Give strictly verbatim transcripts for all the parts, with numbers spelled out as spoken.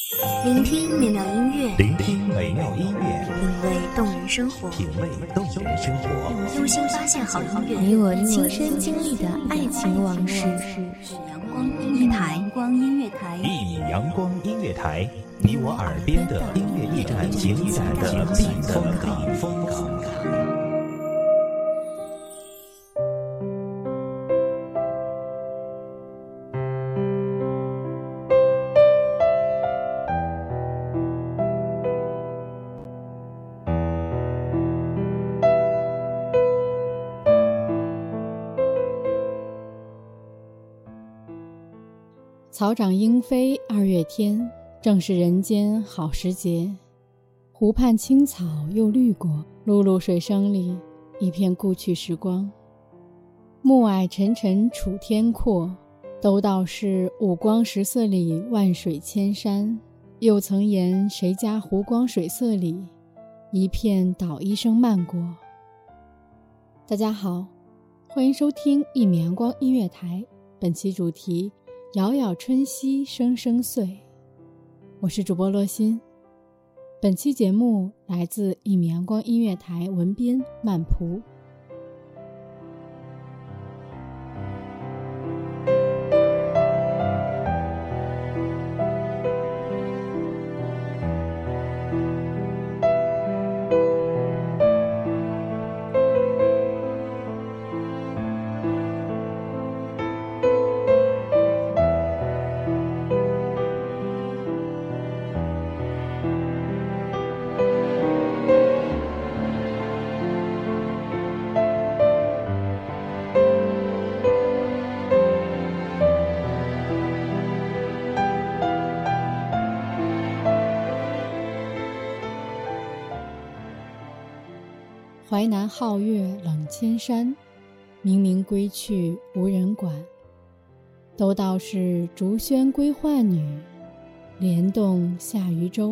聆听美妙音乐， 聆听美妙音乐， 品味动人生活， 品味动人生活， 用心发现好音乐， 你我亲身经历的爱情往事。 阳光音乐台，阳光音乐台， 一米阳光音乐台，你我耳边的音乐驿站，情感的避风港。 草长莺飞二月天，正是人间好时节。湖畔青草又绿过，泸泸水声里一片故去时光。暮霭沉沉楚天阔，都道是五光十色里万水千山。又曾言谁家湖光水色里，一片捣衣声漫过。大家好，欢迎收听一米阳光音乐台，本期主题遥遥春溪声声碎，我是主播洛心。本期节目来自一米阳光音乐台文编曼蒲。淮南皓月冷千山，冥冥归去无人管。都道是竹喧归浣女，莲动下渔舟。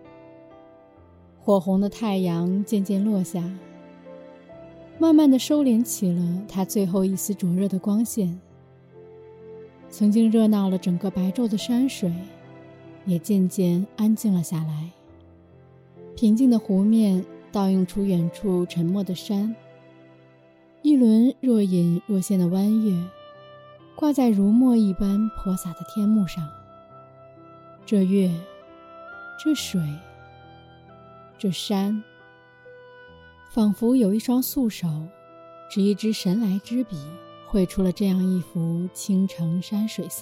火红的太阳渐渐落下，慢慢地收敛起了它最后一丝灼热的光线。曾经热闹了整个白昼的山水，也渐渐安静了下来。平静的湖面倒映出远处沉默的山，一轮若隐若现的弯月挂在如墨一般泼洒的天幕上。这月，这水，这山，仿佛有一双素手执一支神来之笔，绘出了这样一幅倾城山水色。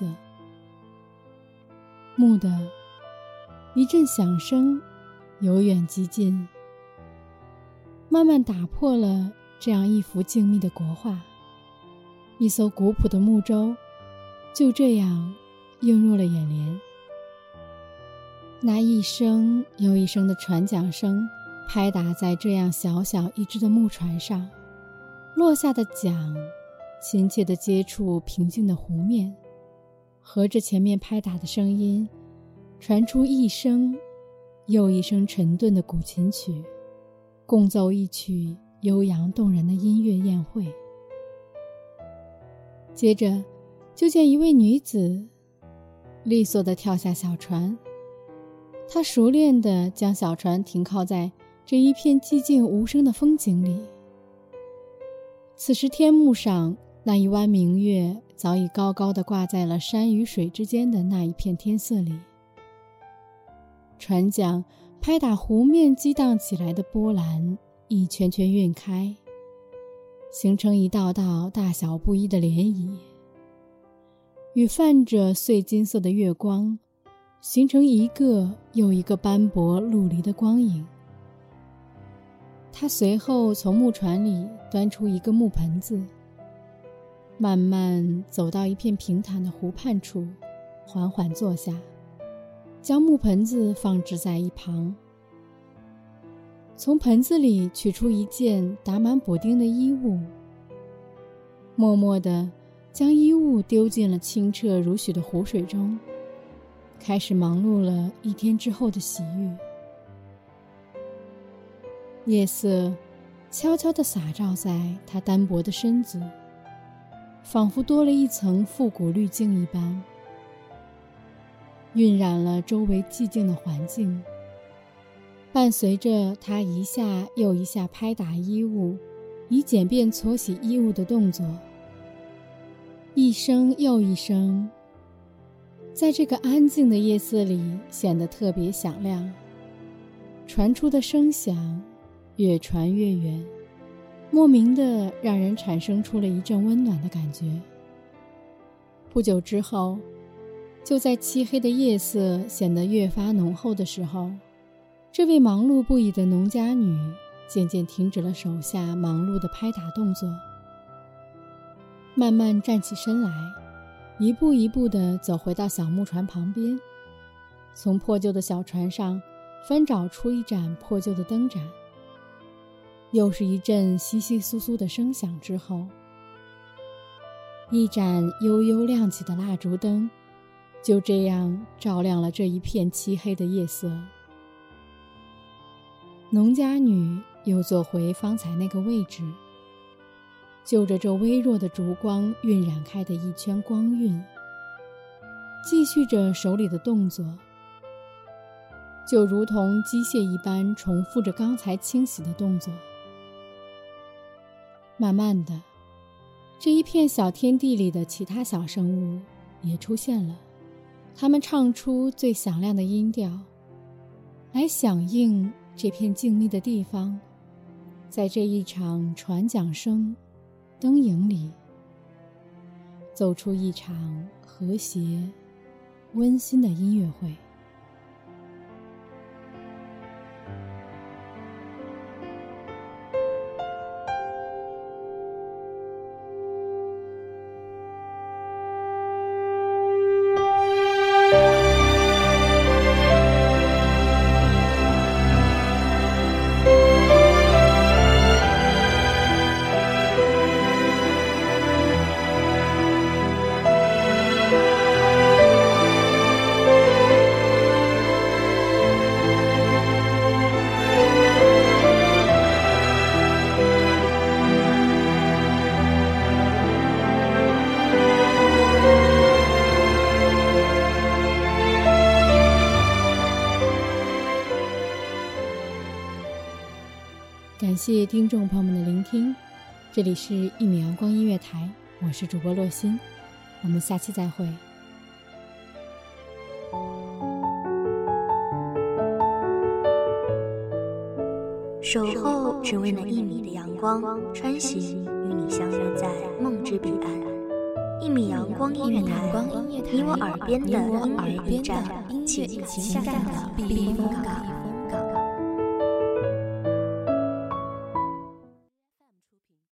蓦地，一阵响声由远及近，慢慢打破了这样一幅静谧的国画。一艘古朴的木舟就这样映入了眼帘。那一声又一声的船桨声拍打在这样小小一只的木船上，落下的桨亲切地接触平静的湖面，和着前面拍打的声音传出一声又一声沉顿的古琴曲，共奏一曲悠扬动人的音乐宴会。接着就见一位女子利索地跳下小船，她熟练地将小船停靠在这一片寂静无声的风景里。此时天幕上那一弯明月早已高高地挂在了山与水之间的那一片天色里。船桨拍打湖面激荡起来的波澜一圈圈晕开，形成一道道大小不一的涟漪，与泛着碎金色的月光形成一个又一个斑驳陆离的光影。他随后从木船里端出一个木盆子，慢慢走到一片平坦的湖畔处，缓缓坐下，将木盆子放置在一旁，从盆子里取出一件打满补丁的衣物，默默地将衣物丢进了清澈如许的湖水中，开始忙碌了一天之后的洗浴。夜色悄悄地洒照在他单薄的身子，仿佛多了一层复古滤镜一般。 晕染了周围寂静的环境，伴随着他一下又一下拍打衣物，以简便搓洗衣物的动作，一声又一声，在这个安静的夜色里显得特别响亮，传出的声响越传越远，莫名的让人产生出了一阵温暖的感觉。不久之后，就在漆黑的夜色显得越发浓厚的时候，这位忙碌不已的农家女渐渐停止了手下忙碌的拍打动作，慢慢站起身来，一步一步地走回到小木船旁边，从破旧的小船上翻找出一盏破旧的灯盏。又是一阵窸窸窣窣的声响之后，一盏悠悠亮起的蜡烛灯就这样照亮了这一片漆黑的夜色。农家女又坐回方才那个位置，就着这微弱的烛光晕染开的一圈光晕，继续着手里的动作，就如同机械一般重复着刚才清洗的动作。慢慢的，这一片小天地里的其他小生物也出现了，它们唱出最响亮的音调，来响应这片静谧的地方，在这一场船桨声灯影里，奏出一场和谐温馨的音乐会。感谢听众朋友们的聆听，这里是一米阳光音乐台，我是主播洛心，我们下期再会。 守候只为那一米的阳光，穿行与你相约在梦之彼岸。一米阳光音乐台，你我耳边的音乐驿站，情感的避风港。